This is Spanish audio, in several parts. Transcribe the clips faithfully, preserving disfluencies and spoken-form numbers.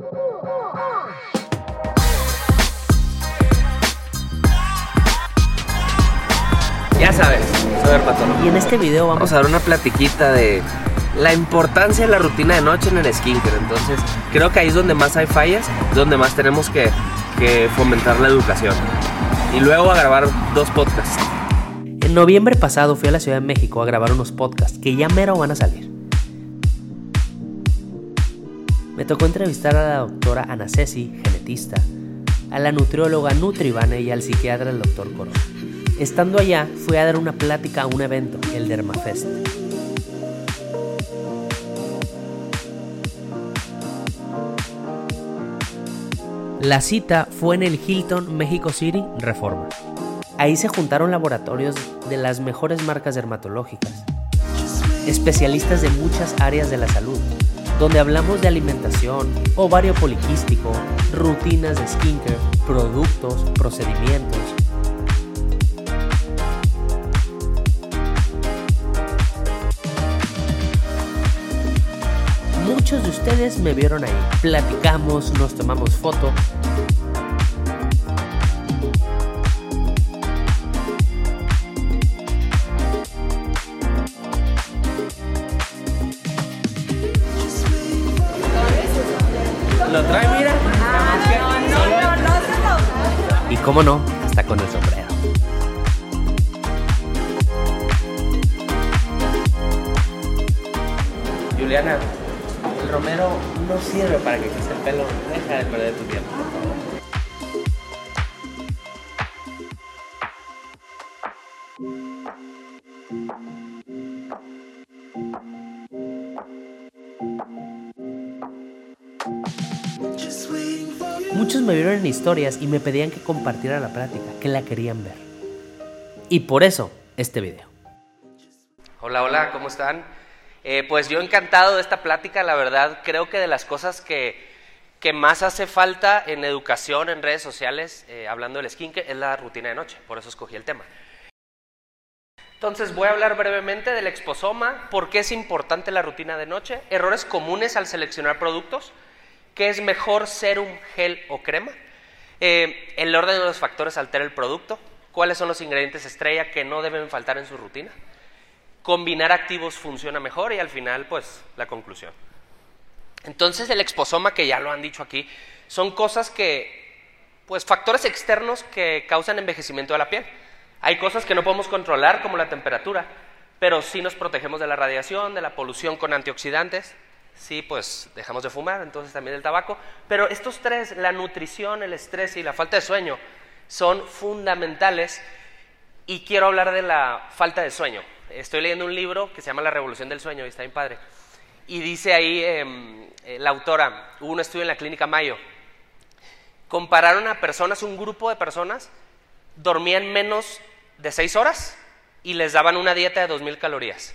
Ya sabes, soy dermatólogo. Y en este video vamos, vamos a dar una platiquita de la importancia de la rutina de noche en el skincare. Entonces, creo que ahí es donde más hay fallas, donde más tenemos que, que fomentar la educación. Y luego a grabar dos podcasts. En noviembre pasado fui a la Ciudad de México a grabar unos podcasts que ya mero van a salir. Me tocó entrevistar a la doctora Ana Ceci, genetista, a la nutrióloga Nutrivane y al psiquiatra el doctor Coro. Estando allá, fui a dar una plática a un evento, el Dermafest. La cita fue en el Hilton Mexico City Reforma. Ahí se juntaron laboratorios de las mejores marcas dermatológicas, especialistas de muchas áreas de la salud, donde hablamos de alimentación, ovario poliquístico, rutinas de skincare, productos, procedimientos. Muchos de ustedes me vieron ahí. Platicamos, nos tomamos foto. Lo trae, mira. Ah, no, no, no, no, no. Y cómo no, hasta con el sombrero. Juliana, el romero no sirve para que crezca el pelo. Deja de perder tu tiempo. Muchos me vieron en historias y me pedían que compartiera la plática, que la querían ver. Y por eso, este video. Hola, hola, ¿cómo están? Eh, pues yo encantado de esta plática, la verdad, creo que de las cosas que, que más hace falta en educación, en redes sociales, eh, hablando del skincare, es la rutina de noche, por eso escogí el tema. Entonces voy a hablar brevemente del exposoma, por qué es importante la rutina de noche, errores comunes al seleccionar productos, qué es mejor, serum, gel o crema, eh, el orden de los factores altera el producto, cuáles son los ingredientes estrella que no deben faltar en su rutina, combinar activos funciona mejor y al final, pues, la conclusión. Entonces, el exposoma, que ya lo han dicho aquí, son cosas que, pues, factores externos que causan envejecimiento de la piel. Hay cosas que no podemos controlar, como la temperatura, pero sí nos protegemos de la radiación, de la polución con antioxidantes. Sí, pues, dejamos de fumar, entonces también del tabaco. Pero estos tres, la nutrición, el estrés y la falta de sueño, son fundamentales. Y quiero hablar de la falta de sueño. Estoy leyendo un libro que se llama La Revolución del Sueño y está bien padre. Y dice ahí eh, eh, la autora, hubo un estudio en la Clínica Mayo, compararon a personas, un grupo de personas, dormían menos de seis horas y les daban una dieta de dos mil calorías.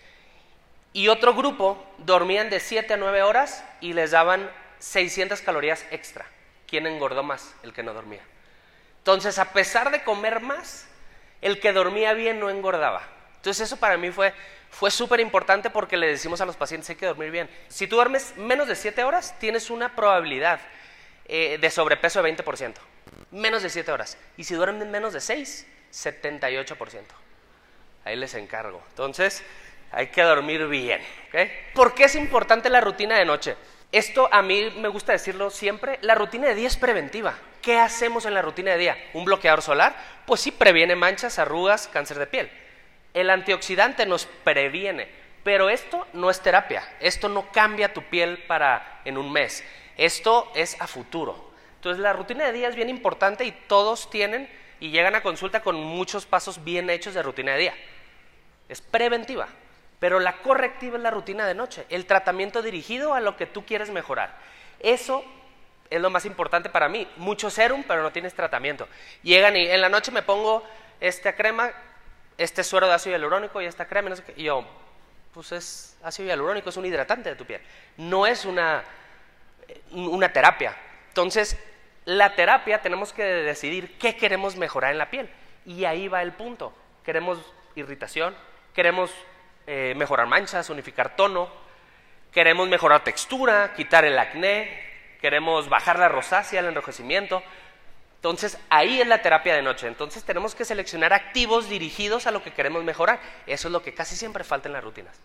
Y otro grupo dormían de siete a nueve horas y les daban seiscientas calorías extra. ¿Quién engordó más? El que no dormía. Entonces, a pesar de comer más, el que dormía bien no engordaba. Entonces eso para mí fue, fue súper importante porque le decimos a los pacientes hay que dormir bien. Si tú duermes menos de siete horas, tienes una probabilidad eh, de sobrepeso de veinte por ciento. Menos de siete horas. Y si duermes menos de seis, setenta y ocho por ciento. Ahí les encargo. Entonces, hay que dormir bien, ¿ok? ¿Por qué es importante la rutina de noche? Esto a mí me gusta decirlo siempre, la rutina de día es preventiva. ¿Qué hacemos en la rutina de día? ¿Un bloqueador solar? Pues sí, previene manchas, arrugas, cáncer de piel. El antioxidante nos previene, pero esto no es terapia, esto no cambia tu piel para en un mes, esto es a futuro. Entonces la rutina de día es bien importante y todos tienen y llegan a consulta con muchos pasos bien hechos de rutina de día. Es preventiva, pero la correctiva es la rutina de noche, el tratamiento dirigido a lo que tú quieres mejorar. Eso es lo más importante para mí, mucho serum, pero no tienes tratamiento. Llegan y en la noche me pongo esta crema, este suero de ácido hialurónico y esta crema, no sé qué. Y yo, pues es ácido hialurónico, es un hidratante de tu piel. No es una, una terapia. Entonces, la terapia tenemos que decidir qué queremos mejorar en la piel. Y ahí va el punto. Queremos irritación, queremos eh, mejorar manchas, unificar tono, queremos mejorar textura, quitar el acné, queremos bajar la rosácea, el enrojecimiento. Entonces, ahí es la terapia de noche. Entonces, tenemos que seleccionar activos dirigidos a lo que queremos mejorar. Eso es lo que casi siempre falta en las rutinas.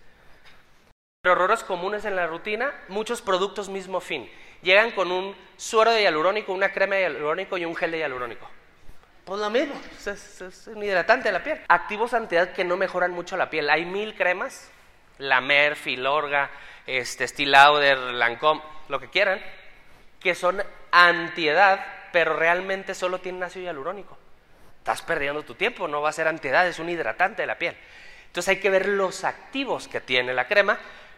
Pero errores comunes en la rutina, muchos productos mismo fin. Llegan con un suero de hialurónico, una crema de hialurónico y un gel de hialurónico. Pues lo mismo, es, es, es un hidratante de la piel. Activos antiedad que no mejoran mucho la piel. Hay mil cremas, la Mer, Filorga, este, Estée Lauder, Lancôme, lo que quieran, que son antiedad, pero realmente solo tienen ácido hialurónico. Estás perdiendo tu tiempo, no va a ser antiedad, es un hidratante de la piel. Entonces hay que ver los activos que tiene la crema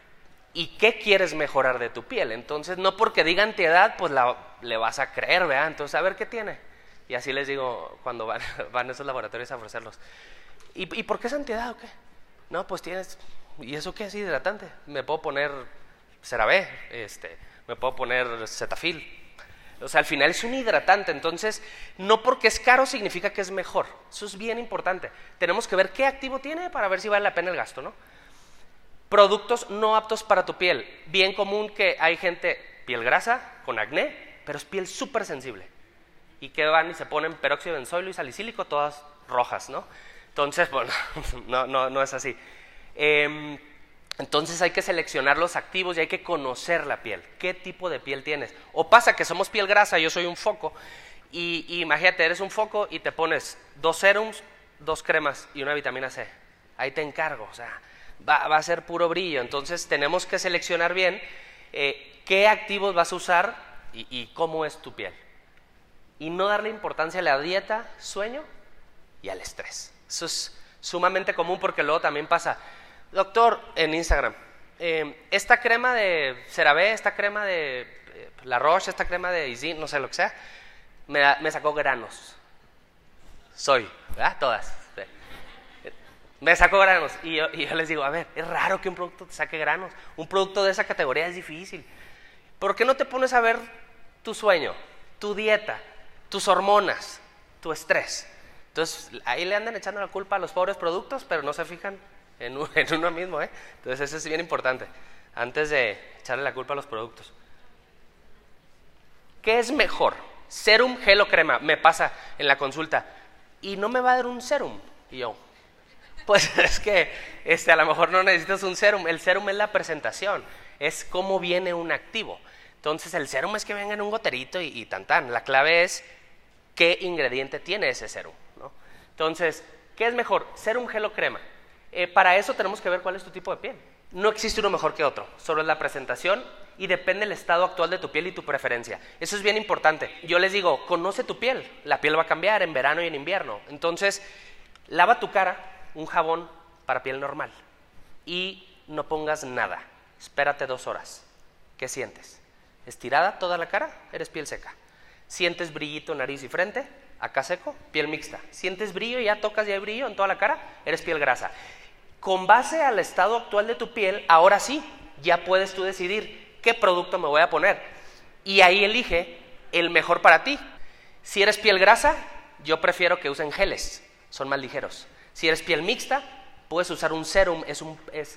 y qué quieres mejorar de tu piel. Entonces no porque diga antiedad, pues la, le vas a creer, ¿verdad? Entonces a ver qué tiene. Y así les digo cuando van, van a esos laboratorios a ofrecerlos. ¿Y, ¿Y por qué es antiedad o qué? No, pues tienes... ¿Y eso qué es hidratante? Me puedo poner CeraVe, este, me puedo poner Cetaphil. O sea, al final es un hidratante, entonces no porque es caro significa que es mejor. Eso es bien importante. Tenemos que ver qué activo tiene para ver si vale la pena el gasto, ¿no? Productos no aptos para tu piel. Bien común que hay gente, piel grasa, con acné, pero es piel súper sensible. Y que van y se ponen peróxido de benzoilo y salicílico, todas rojas, ¿no? Entonces, bueno, no, no, no es así. Eh, entonces hay que seleccionar los activos y hay que conocer la piel. ¿Qué tipo de piel tienes? O pasa que somos piel grasa, yo soy un foco, y, y imagínate, eres un foco y te pones dos serums, dos cremas y una vitamina C. Ahí te encargo, o sea, va, va a ser puro brillo. Entonces tenemos que seleccionar bien eh, qué activos vas a usar y, y cómo es tu piel. Y no darle importancia a la dieta, sueño y al estrés. Eso es sumamente común porque luego también pasa, doctor, en Instagram, eh, esta crema de CeraVe, esta crema de eh, La Roche, esta crema de Izin, no sé lo que sea, me, da, me sacó granos. Soy, ¿verdad? Todas. Sí. Me sacó granos. Y yo, y yo les digo, a ver, es raro que un producto te saque granos. Un producto de esa categoría es difícil. ¿Por qué no te pones a ver tu sueño, tu dieta, tus hormonas, tu estrés? Entonces, ahí le andan echando la culpa a los pobres productos, pero no se fijan en, un, en uno mismo, ¿eh? Entonces, eso es bien importante, antes de echarle la culpa a los productos. ¿Qué es mejor? ¿Serum, gel o crema? Me pasa en la consulta, y no me va a dar un serum. Y yo, pues es que este, a lo mejor no necesitas un serum. El serum es la presentación, es cómo viene un activo. Entonces, el serum es que venga en un goterito y, y tan tan. La clave es qué ingrediente tiene ese serum, ¿no? Entonces, ¿qué es mejor? ¿Serum, gel o crema? Eh, para eso tenemos que ver cuál es tu tipo de piel. No existe uno mejor que otro, solo es la presentación y depende del estado actual de tu piel y tu preferencia. Eso es bien importante. Yo les digo, conoce tu piel. La piel va a cambiar en verano y en invierno. Entonces, lava tu cara, un jabón para piel normal y no pongas nada. Espérate dos horas. ¿Qué sientes? ¿Estirada toda la cara? Eres piel seca. ¿Sientes brillito en nariz y frente? Acá seco, piel mixta. ¿Sientes brillo y ya tocas y hay brillo en toda la cara? Eres piel grasa. Con base al estado actual de tu piel, ahora sí, ya puedes tú decidir qué producto me voy a poner. Y ahí elige el mejor para ti. Si eres piel grasa, yo prefiero que usen geles, son más ligeros. Si eres piel mixta, puedes usar un serum es un, es,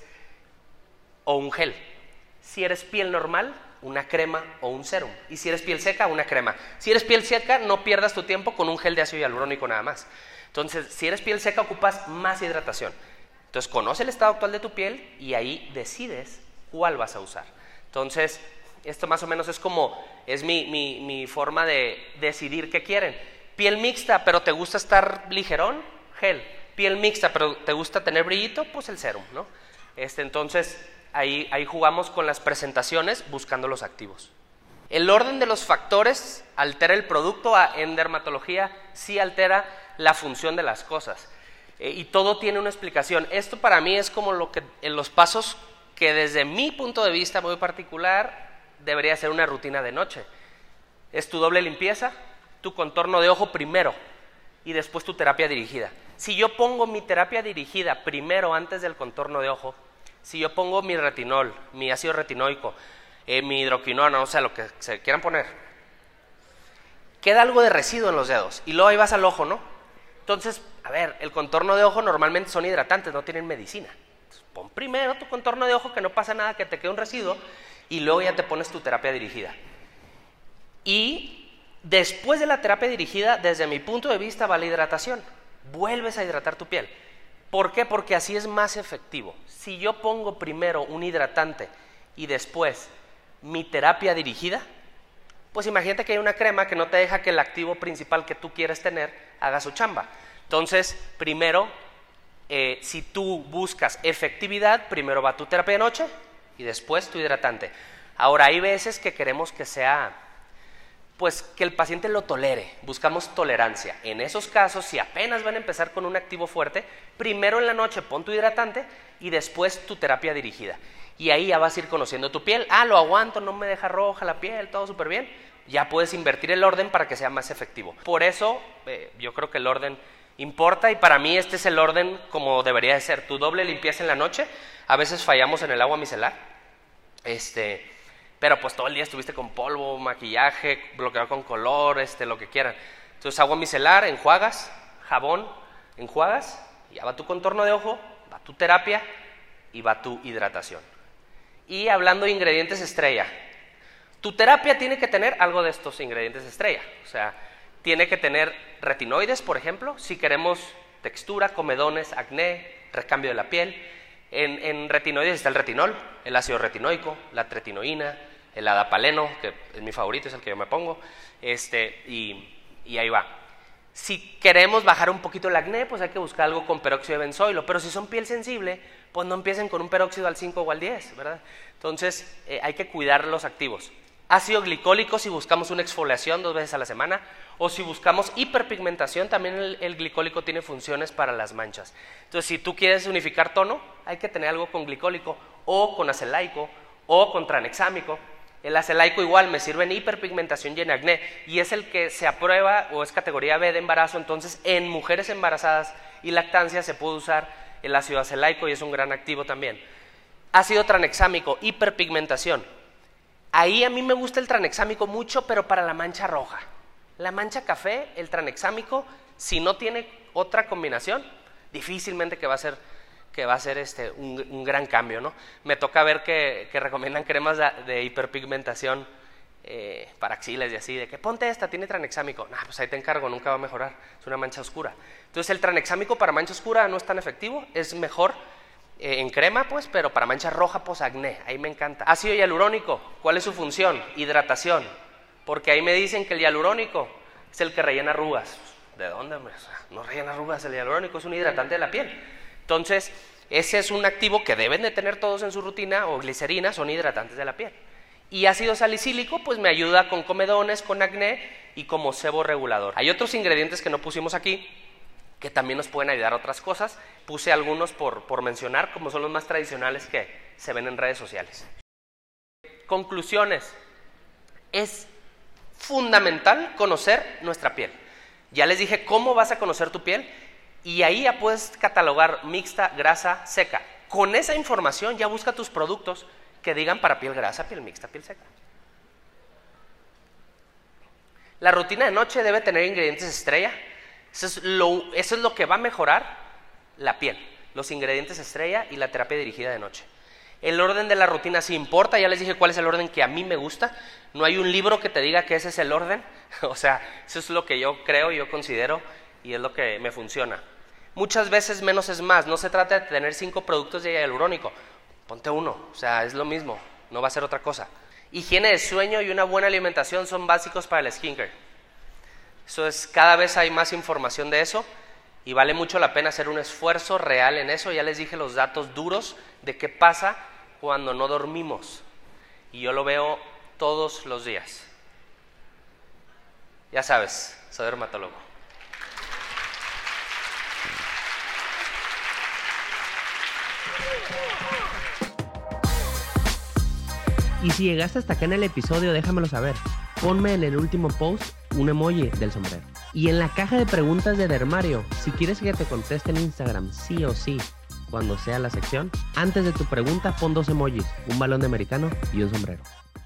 o un gel. Si eres piel normal, una crema o un serum. Y si eres piel seca, una crema. Si eres piel seca, no pierdas tu tiempo con un gel de ácido hialurónico nada más. Entonces, si eres piel seca, ocupas más hidratación. Entonces, conoce el estado actual de tu piel y ahí decides cuál vas a usar. Entonces, esto más o menos es como, es mi, mi, mi forma de decidir qué quieren. Piel mixta, pero te gusta estar ligerón, gel. Piel mixta, pero te gusta tener brillito, pues el serum, ¿no? Este, entonces, ahí, ahí jugamos con las presentaciones buscando los activos. El orden de los factores altera el producto. En dermatología sí altera la función de las cosas. Eh, y todo tiene una explicación. Esto para mí es como lo que, en los pasos que desde mi punto de vista muy particular debería ser una rutina de noche. Es tu doble limpieza, tu contorno de ojo primero y después tu terapia dirigida. Si yo pongo mi terapia dirigida primero antes del contorno de ojo, si yo pongo mi retinol, mi ácido retinoico, eh, mi hidroquinona, o sea, lo que se quieran poner, queda algo de residuo en los dedos y luego ahí vas al ojo, ¿no? Entonces, a ver, el contorno de ojo normalmente son hidratantes, no tienen medicina. Entonces, pon primero tu contorno de ojo, que no pasa nada, que te quede un residuo, y luego ya te pones tu terapia dirigida. Y después de la terapia dirigida, desde mi punto de vista, va la hidratación. Vuelves a hidratar tu piel. ¿Por qué? Porque así es más efectivo. Si yo pongo primero un hidratante y después mi terapia dirigida, pues imagínate que hay una crema que no te deja que el activo principal que tú quieres tener haga su chamba. Entonces, primero, eh, si tú buscas efectividad, primero va tu terapia de noche y después tu hidratante. Ahora, hay veces que queremos que sea, pues que el paciente lo tolere, buscamos tolerancia. En esos casos, si apenas van a empezar con un activo fuerte, primero en la noche pon tu hidratante y después tu terapia dirigida. Y ahí ya vas a ir conociendo tu piel. Ah, lo aguanto, no me deja roja la piel, todo súper bien. Ya puedes invertir el orden para que sea más efectivo. Por eso, eh, yo creo que el orden importa y para mí este es el orden como debería de ser. Tu doble limpieza en la noche, a veces fallamos en el agua micelar, este, pero pues todo el día estuviste con polvo, maquillaje, bloqueador con color, este, lo que quieran. Entonces agua micelar, enjuagas, jabón, enjuagas, ya va tu contorno de ojo, va tu terapia y va tu hidratación. Y hablando de ingredientes estrella, tu terapia tiene que tener algo de estos ingredientes estrella, o sea, tiene que tener retinoides, por ejemplo, si queremos textura, comedones, acné, recambio de la piel. En, en retinoides está el retinol, el ácido retinoico, la tretinoína, el adapaleno, que es mi favorito, es el que yo me pongo, este, y, y ahí va. Si queremos bajar un poquito el acné, pues hay que buscar algo con peróxido de benzoilo, pero si son piel sensible, pues no empiecen con un peróxido al cinco o al diez, ¿verdad? Entonces eh, hay que cuidar los activos. Ácido glicólico si buscamos una exfoliación dos veces a la semana, o si buscamos hiperpigmentación, también el, el glicólico tiene funciones para las manchas. Entonces, si tú quieres unificar tono, hay que tener algo con glicólico, o con acelaico, o con tranexámico. El acelaico igual me sirve en hiperpigmentación y en acné, y es el que se aprueba, o es categoría B de embarazo, entonces en mujeres embarazadas y lactancia se puede usar el ácido acelaico y es un gran activo también. Ácido tranexámico, hiperpigmentación. Ahí a mí me gusta el tranexámico mucho, pero para la mancha roja. La mancha café, el tranexámico, si no tiene otra combinación, difícilmente que va a ser, que va a ser este, un, un gran cambio, ¿no? Me toca ver que, que recomiendan cremas de, de hiperpigmentación eh, para axilas y así, de que ponte esta, tiene tranexámico. Nah, pues ahí te encargo, nunca va a mejorar, es una mancha oscura. Entonces el tranexámico para mancha oscura no es tan efectivo, es mejor Eh, en crema, pues, pero para mancha roja, pues acné, ahí me encanta. Ácido hialurónico, ¿cuál es su función? Hidratación, porque ahí me dicen que el hialurónico es el que rellena arrugas. ¿De dónde? No rellena arrugas, el hialurónico es un hidratante de la piel. Entonces, ese es un activo que deben de tener todos en su rutina, o glicerina, son hidratantes de la piel. Y ácido salicílico, pues me ayuda con comedones, con acné y como sebo regulador. Hay otros ingredientes que no pusimos aquí, que también nos pueden ayudar a otras cosas. Puse algunos por, por mencionar, como son los más tradicionales que se ven en redes sociales. Conclusiones. Es fundamental conocer nuestra piel. Ya les dije cómo vas a conocer tu piel y ahí ya puedes catalogar mixta, grasa, seca. Con esa información ya busca tus productos que digan para piel grasa, piel mixta, piel seca. La rutina de noche debe tener ingredientes estrella. Eso es, lo, eso es lo que va a mejorar la piel, los ingredientes estrella y la terapia dirigida de noche. El orden de la rutina sí importa, ya les dije cuál es el orden que a mí me gusta. No hay un libro que te diga que ese es el orden, o sea, eso es lo que yo creo, yo considero y es lo que me funciona. Muchas veces menos es más, no se trata de tener cinco productos de hialurónico, ponte uno, o sea, es lo mismo, no va a ser otra cosa. Higiene de sueño y una buena alimentación son básicos para el skincare. Eso es, cada vez hay más información de eso y vale mucho la pena hacer un esfuerzo real en eso. Ya les dije los datos duros de qué pasa cuando no dormimos y yo lo veo todos los días. Ya sabes, soy dermatólogo. Y si llegaste hasta acá en el episodio, déjamelo saber. Ponme en el último post un emoji del sombrero. Y en la caja de preguntas de Dermario, si quieres que te conteste en Instagram sí o sí, cuando sea la sección, antes de tu pregunta pon dos emojis, un balón de americano y un sombrero.